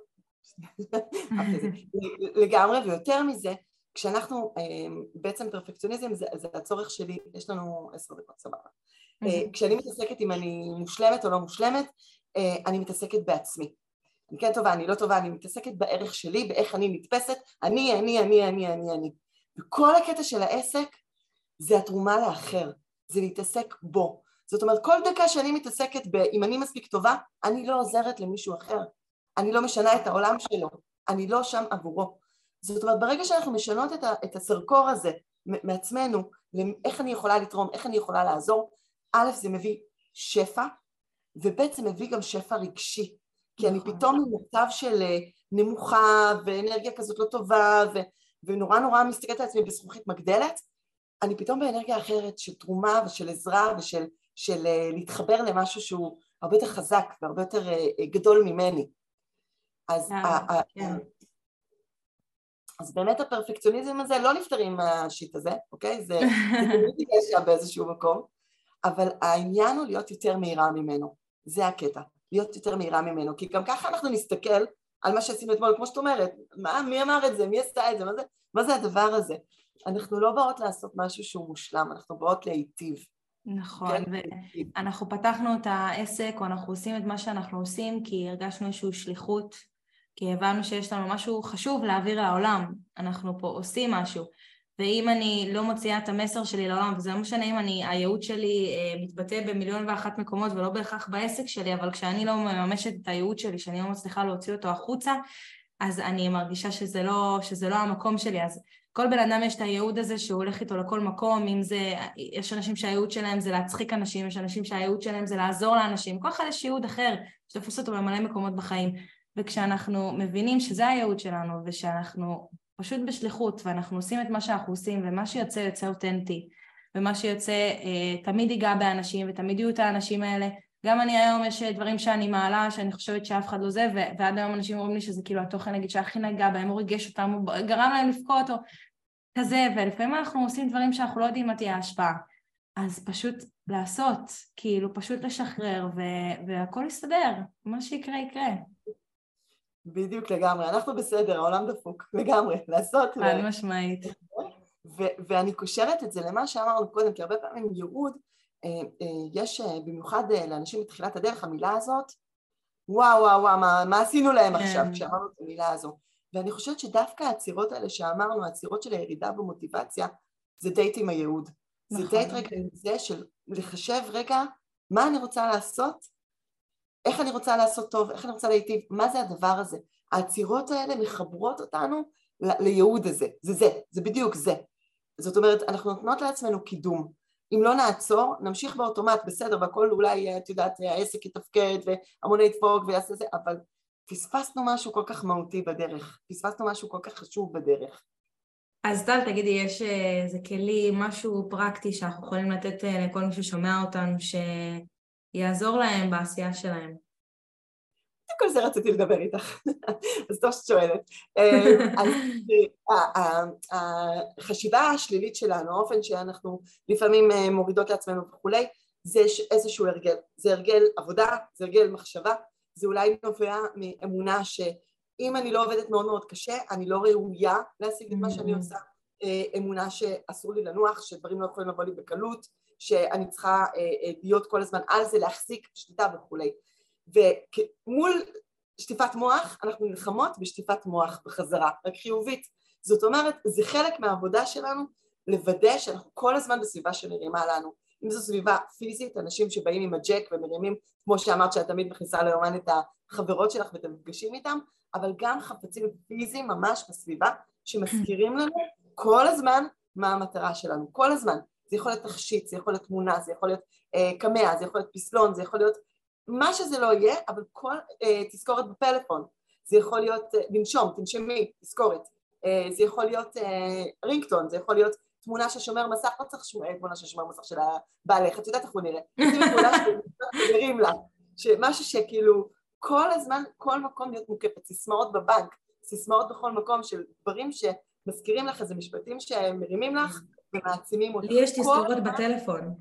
לגמרי, ויותר מזה, כשאנחנו, בעצם פרפקציוניזם זה הצורך שלי, יש לנו 10 דקות, סבבה. כשאני מתעסקת אם אני מושלמת או לא מושלמת, אני מתעסקת בעצמי. אני כן טובה, אני לא טובה, אני מתעסקת בערך שלי, באיך אני נתפסת, אני. וכל הקטע של העסק זה התרומה לאחר, זה להתעסק בו. זאת אומרת, כל דקה שאני מתעסקת אם אני מספיק טובה, אני לא עוזרת למישהו אחר. אני לא משנה את העולם שלו, אני לא שם עבורו. זאת אומרת, ברגע שאנחנו משנות את הסרקור הזה מעצמנו, איך אני יכולה לתרום, איך אני יכולה לעזור, א', זה מביא שפע, וב' זה מביא גם שפע רגשי, כי אני פתאום במצב של נמוכה ואנרגיה כזאת לא טובה, ונורא נורא מסתכלת על עצמי בזכוכית מגדלת, אני פתאום באנרגיה אחרת של תרומה ושל עזרה ושל להתחבר למשהו שהוא הרבה יותר חזק והרבה יותר גדול ממני. אז באמת הפרפקציוניזם הזה לא נפטרים מהשיט הזה, אוקיי? זה תמיד יש שם באיזשהו מקום, אבל העניין הוא להיות יותר מהירה ממנו, זה הקטע, להיות יותר מהירה ממנו, כי גם ככה אנחנו נסתכל על מה שעשינו אתמול, כמו שאת אומרת, מי אמר את זה, מי עשה את זה, מה זה הדבר הזה? אנחנו לא באות לעשות משהו שהוא מושלם, אנחנו באות להיטיב. נכון, ואנחנו פתחנו את העסק, או אנחנו עושים את מה שאנחנו עושים, כי הרגשנו איזושהי שליחות, כי הבנו שיש לנו משהו חשוב להעביר לעולם, אנחנו פה עושים משהו, ואם אני לא מוציאה את המסר שלי לעולם, וזה לא משנה אם הייעוד שלי מתבטא ב1,000,001 מקומות, ולא בהכרח בעסק שלי, אבל כשאני לא מממשת את הייעוד שלי, שאני לא מצליחה להוציא אותו החוצה, אז אני מרגישה שזה לא המקום שלי, אז כל בן אדם יש את הייעוד הזה שהוא הולך איתו לכל מקום, אם זה, יש אנשים שהייעוד שלהם זה להצחיק אנשים, יש אנשים שהייעוד שלהם זה לעזור לאנשים, כל אחד יש ייעוד אחר, שתפוס אותו במלא מקומות בחיים, וכשאנחנו מבינים שזה הייעוד שלנו, ושאנחנו פשוט בשליחות, ואנחנו עושים את מה שאנחנו עושים, ומה שיוצא יוצא אותנטי, ומה שיוצא תמיד ייגע באנשים, ותמיד יהיו את האנשים האלה, גם אני היום יש דברים שאני מעלה, שאני חושבת שאף אחד לא זה, ועד היום אנשים אומרים לי שזה כאילו התוכן, נגיד, שהכי נגע בהם, הוא ריגש אותם, הוא גרם להם לפקוע אותו, כזה, ולפעמים אנחנו עושים דברים שאנחנו לא יודעים מה תהיה ההשפעה. אז פשוט לעשות, כאילו פשוט לשחרר, והכל יסתדר, מה שיקרה יקרה. בדיוק לגמרי, אנחנו בסדר, העולם דפוק, לגמרי, לעשות. חד משמעית. ואני קושרת את זה למה שאמרנו קודם, כי הרבה פעמים ייעוד, יש במיוחד לאנשים בתחילת הדרך, המילה הזאת, וואו, מה עשינו להם עכשיו כשאמרנו את המילה הזו. ואני חושבת שדווקא הצירות האלה שאמרנו, הצירות של הירידה במוטיבציה, זה דייט עם הייעוד. זה דייט רגע עם זה של לחשב רגע, מה אני רוצה לעשות, איך אני רוצה לעשות טוב, איך אני רוצה להיטיב, מה זה הדבר הזה. הצירות האלה מחברות אותנו לייעוד הזה, זה בדיוק זה. זאת אומרת, אנחנו נותנות לעצמנו קידום. אם לא נעצור, נמשיך באוטומט, בסדר, והכל אולי, את יודעת, העסק יתפקד והמונה ידפוק ויעשה זה, אבל פספסנו משהו כל כך מהותי בדרך, פספסנו משהו כל כך חשוב בדרך. אז טל, תגידי, יש איזה כלים, משהו פרקטי שאנחנו יכולים לתת לכל מי ששומע אותנו, שיעזור להם בעשייה שלהם? כל זה רציתי לדבר איתך, אז טוב שאת שואלת. אז החשיבה השלילית שלנו, האופן שאנחנו לפעמים מורידות לעצמנו וכולי, זה איזשהו הרגל. זה הרגל עבודה, זה הרגל מחשבה, זה אולי נובע מאמונה שאם אני לא עובדת מאוד מאוד קשה, אני לא ראויה להשיג את מה שאני עושה. אמונה שאסור לי לנוח, שדברים לא יכולים לבוא לי בקלות, שאני צריכה להיות כל הזמן על זה, להחזיק שליטה וכולי. ומול שטיפת מוח אנחנו נלחמות בשטיפת מוח בחזרה, רק חיובית. זאת אומרת, זה חלק מהעבודה שלנו לוודא שאנחנו כל הזמן בסביבה שמרימה לנו. אם זו סביבה פיזית, אנשים שבאים עם הג'ק ומרימים, כמו שאמרת שאת תמיד מכניסה ליומן את החברות שלך ואתם מפגשים איתם, אבל גם חפצים פיזיים ממש בסביבה שמזכירים לנו כל הזמן מה המטרה שלנו, כל הזמן. זה יכול להיות תכשיט, זה יכול להיות תמונה, זה יכול להיות קמע, זה יכול להיות פסלון, זה יכול להיות מה שזה לא יהיה, אבל כל תזכורת בפלאפון, זה יכול להיות לנשום, תנשמי, תזכורת, זה יכול להיות רינגטון, זה יכול להיות תמונה ששומר מסך, לא צריך תמונה ששומר מסך של הבעלך, את יודעת איך הוא נראה, זה תמונה שחברים לה, משהו שכאילו כל הזמן, כל מקום להיות מוקפת, סיסמאות בבנק, סיסמאות בכל מקום של דברים שמזכירים לך, איזה משפטים שמרימים לך ומעצימים אותך. לי יש תזכורת בטלפון.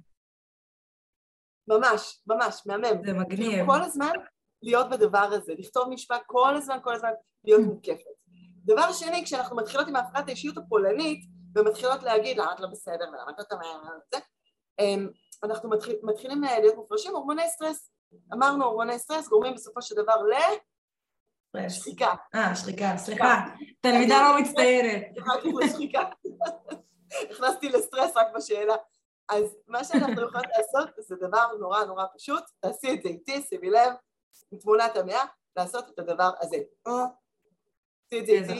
ממש, ממש, מהמם. זה מגניב. כל הזמן להיות בדבר הזה, לכתוב משפט, כל הזמן להיות מוקפת. דבר שני, כשאנחנו מתחילות עם ההפרעת האישיות הפולנית, ומתחילות להגיד, למה את לא בסדר, ולמה את זה, אנחנו מתחילים להיות מופרשים, הורמוני סטרס. אמרנו, הורמוני סטרס גורמים בסופו של דבר לשחיקה. שחיקה, סליחה. תלמידה לא מצטיירת. לשחיקה. הכנסתי לסטרס רק בשאלה. אז מה שאנחנו יכולים לעשות זה דבר נורא נורא פשוט, תעשי את זה איתי, שימי לב, עם תמונת המאה, לעשות את הדבר הזה. עשי את זה איתי,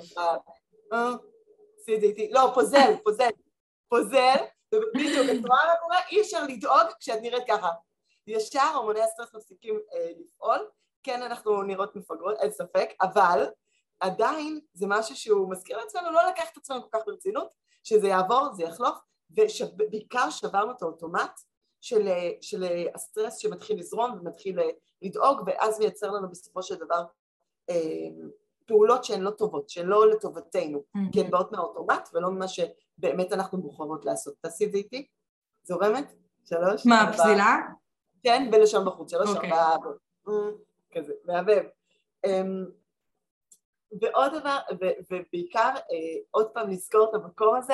עשי את זה איתי, לא, פוזל, ובדיוק, את רואה מה קורה, אי אפשר לדאוג כשאת נראית ככה. ישר הורמוני הסטרס מפסיקים לפעול, כן אנחנו נראות מפגרות, אין ספק, אבל עדיין זה משהו שהוא מזכיר לעצמנו, לא לקח את עצמנו כל כך ברצינות, שזה יעבור, זה יחלוף, ובעיקר שברנו את האוטומט של הסטרס שמתחיל לזרום ומתחיל לדאוג, ואז מייצר לנו בסופו של דבר פעולות שהן לא טובות, שהן לא לטובתנו, כי הן באות מהאוטומט ולא ממה שבאמת אנחנו בוחרות לעשות. תעשי את זה איתי? זורמת? 3, מה, פזילה? כן, בלשון בחוץ, 3, 4, כזה, מהבב. ועוד דבר, ובעיקר עוד פעם לזכור את המקום הזה,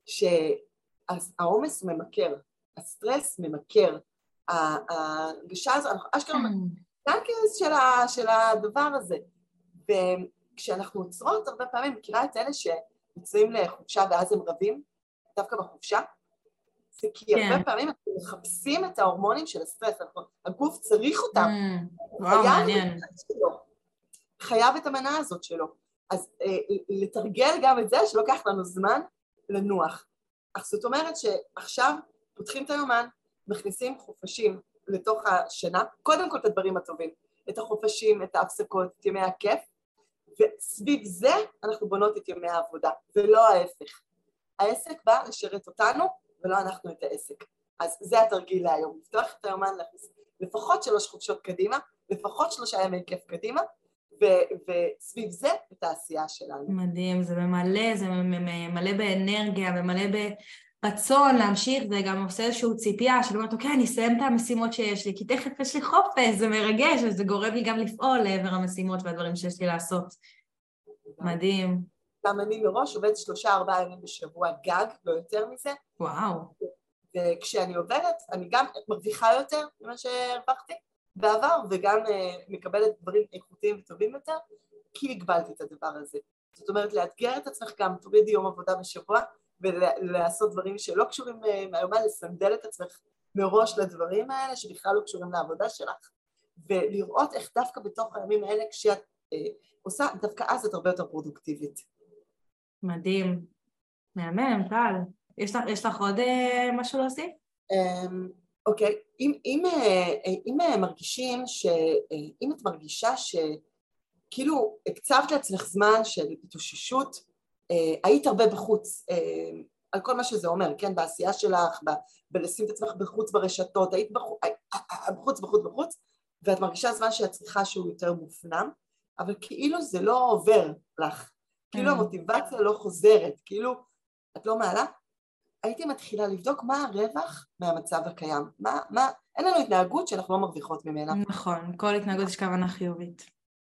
שהעומס ממכר, הסטרס ממכר, ההרגשה הזו, אשכרה גם של הדבר הזה, וכשאנחנו עוצרות הרבה פעמים, מכירה את אלה שיוצאים לחופשה ואז הם רבים, דווקא בחופשה, זה כי הרבה פעמים אנחנו מחפשים את ההורמונים של הסטרס, הגוף צריך אותם, וואו, מעניין. חייב את המנה הזאת שלו, אז לתרגל גם את זה שלוקח לנו זמן לנוח. אך זאת אומרת שעכשיו פותחים את היומן, מכניסים חופשים לתוך השינה, קודם כל את הדברים הטובים, את החופשים, את ההפסקות, את ימי הכיף, וסביב זה אנחנו בונות את ימי העבודה, ולא ההפך. העסק בא לשרת אותנו, ולא אנחנו את העסק. אז זה התרגיל להיום, לפתוח את היומן, להכניס לפחות 3 חופשות קדימה, לפחות 3 ימי כיף קדימה, וסביב זה את העשייה שלנו. מדהים, זה מלא באנרגיה ומלא ברצון להמשיך, זה גם עושה איזשהו ציפייה, שאני אומרת, אוקיי, אני אסיים את המשימות שיש לי, כי תכף יש לי חופש, זה מרגש, וזה גורם לי גם לפעול לעבר המשימות והדברים שיש לי לעשות. מדהים. גם אני מראש עובדת 3-4 ימים בשבוע גג, לא יותר מזה. וואו. וכשאני עובדת, אני גם מרוויחה יותר ממה שהרווחתי בעבר, וגם מקבלת דברים איכותיים וטובים יותר, כי הגבלתי את הדבר הזה. זאת אומרת, לאתגר את עצמך גם, תורידי יום עבודה בשבוע, ולעשות דברים שלא קשורים מהיומן, לסנדל את עצמך מראש לדברים האלה, שבכלל לא קשורים לעבודה שלך, ולראות איך דווקא בתוך הימים האלה, כשאת עושה, דווקא אז את הרבה יותר פרודוקטיבית. מדהים. מהמם, טל. יש לך עוד משהו להוסיף? אוקיי, אם מרגישים אם את מרגישה שכאילו הקצבת לעצמך זמן של התאוששות, היית הרבה בחוץ, על כל מה שזה אומר, כן, בעשייה שלך, בלשים את עצמך בחוץ ברשתות, היית בחוץ, ואת מרגישה זמן שאת צריכה שהוא יותר מופנם, אבל כאילו זה לא עובר לך, כאילו המוטיבציה לא חוזרת, כאילו את לא מעלה, הייתי מתחילה לבדוק מה הרווח מהמצב הקיים, אין לנו התנהגות שאנחנו לא מרוויחות ממנה. נכון, כל התנהגות יש כוונה חיובית.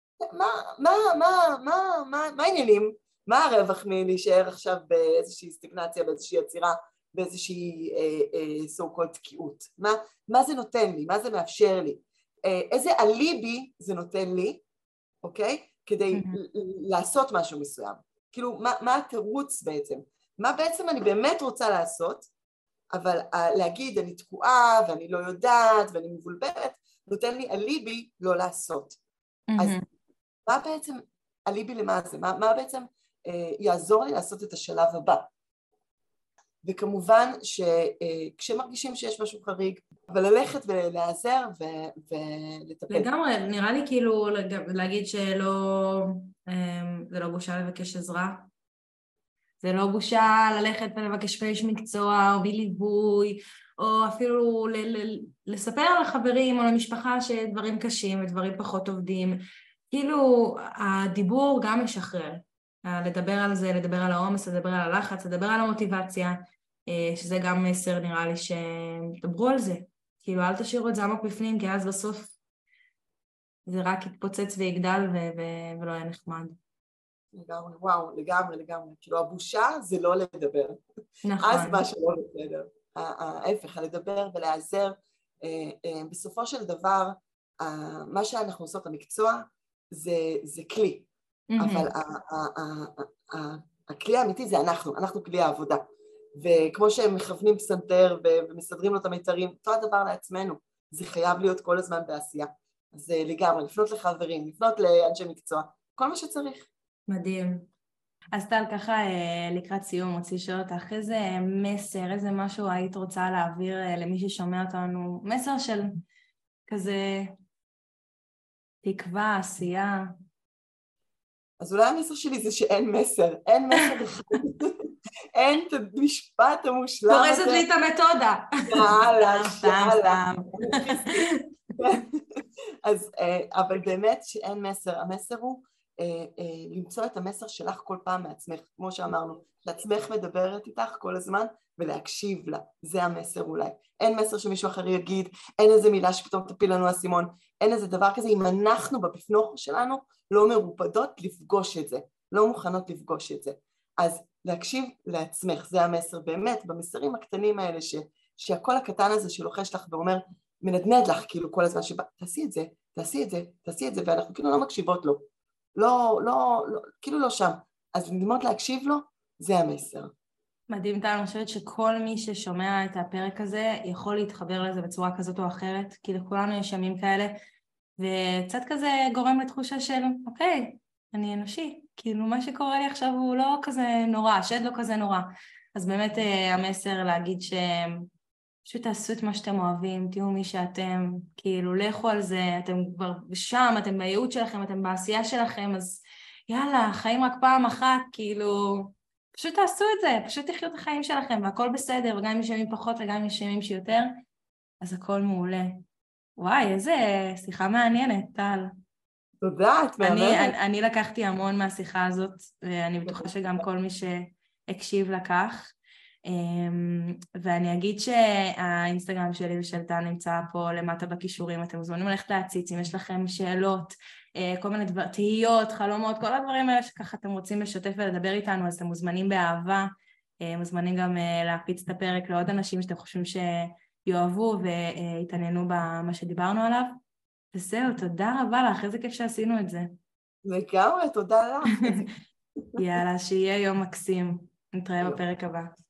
מה העניינים? מה הרווח מלהישאר עכשיו באיזושהי סטגנציה, באיזושהי יצירה, באיזושהי so called תקיעות? מה זה נותן לי? מה זה מאפשר לי? איזה אליבי זה נותן לי, אוקיי? כדי לעשות משהו מסוים. כאילו, מה התירוץ בעצם? מה בעצם אני באמת רוצה לעשות, אבל להגיד אני תקועה ואני לא יודעת ואני מבולבלת, נותן לי אליבי לא לעשות. אז מה בעצם אליבי למה זה? מה בעצם יעזור לי לעשות את השלב הבא? וכמובן שכשמרגישים שיש משהו חריג, אבל ללכת ולעזר ולטפל. לגמרי, נראה לי כאילו להגיד שלא, זה לא בושה לבקש עזרה. זה לא בושה ללכת ולבקש איש מקצוע או בליווי, או אפילו לספר לחברים או למשפחה שדברים קשים ודברים פחות עובדים. כאילו הדיבור גם משחרר. לדבר על זה, לדבר על העומס, לדבר על הלחץ, לדבר על המוטיבציה, שזה גם מסר נראה לי שדברו על זה. כאילו אל תשאירו את זה עמוק בפנים, כי אז בסוף זה רק יתפוצץ ויגדל ולא יהיה נחמד. לגמרי, וואו, לגמרי. כאילו הבושה זה לא לדבר. נכון. אז מה שלא לדבר. ההפך, לדבר ולעזר. בסופו של דבר, מה שאנחנו עושות, המקצוע, זה כלי. אבל הכלי האמיתי זה אנחנו כלי העבודה. וכמו שהם מכוונים פסנתר ומסדרים לו את המיתרים, אותו הדבר לעצמנו. זה חייב להיות כל הזמן בעשייה. אז לגמרי, לפנות לחברים, לפנות לאנשי מקצוע, כל מה שצריך. מדהים. אז טל, ככה לקראת סיום, רוצה לשאול אותך, איזה מסר, איזה משהו היית רוצה להעביר למי ששומע אותנו, מסר של כזה תקווה, עשייה? אז אולי המסר שלי זה שאין מסר, אין מסר אחד, אין את המשפט המושלם הזה. פורסת לי את המתודה. יאללה. אז, אבל באמת שאין מסר, המסר הוא למצוא את המסר שלך כל פעם מעצמך, כמו שאמרנו, לעצמך מדברת איתך כל הזמן ולהקשיב לה, זה המסר אולי. אין מסר שמישהו אחר יגיד, אין איזה מילה שפתאום תפיל לנו הסימון, אין איזה דבר כזה, אם אנחנו בפנוך שלנו לא מרופדות לפגוש את זה, לא מוכנות לפגוש את זה. אז להקשיב לעצמך, זה המסר באמת, במסרים הקטנים האלה שהכל הקטן הזה שלוחש לך ואומר, מנדנד לך כאילו כל הזמן שבא, תעשי את זה, ואנחנו כאילו לא מקשיבות לו. כאילו לא שם. אז ללמוד להקשיב לו, זה המסר. מדהים, טל, אני חושבת שכל מי ששומע את הפרק הזה יכול להתחבר לזה בצורה כזאת או אחרת, כי לכולנו יש ימים כאלה, וקצת כזה גורם לתחושה של, אוקיי, אני אנושי, כאילו מה שקורה לי עכשיו הוא לא כזה נורא, שד לא כזה נורא. אז באמת המסר להגיד פשוט תעשו את מה שאתם אוהבים, תהיו מי שאתם, כאילו לכו על זה, אתם כבר שם, אתם בייעוד שלכם, אתם בעשייה שלכם, אז יאללה, חיים רק פעם אחת, כאילו, פשוט תעשו את זה, פשוט תחיו את החיים שלכם, והכל בסדר, וגם אם יש ימים פחות וגם אם יש ימים שיותר, אז הכל מעולה. וואי, איזה שיחה מעניינת, טל. תודה, את מהממת. אני לקחתי המון מהשיחה הזאת, ואני בטוחה שגם כל מי שהקשיב לקח. ואני אגיד שהאינסטגרם שלי ושל טל נמצא פה למטה בכישורים, אתם מוזמנים ללכת להציץ אם יש לכם שאלות, כל מיני תהיות, חלומות, כל הדברים האלה שככה אתם רוצים לשתף ולדבר איתנו, אז אתם מוזמנים באהבה, מוזמנים גם להפיץ את הפרק לעוד אנשים שאתם חושבים שיאהבו והתעניינו במה שדיברנו עליו. וזהו, תודה רבה לך, איזה כיף שעשינו את זה. לגמרי, תודה לך. יאללה, שיהיה יום מקסים. נתראה בפרק הבא.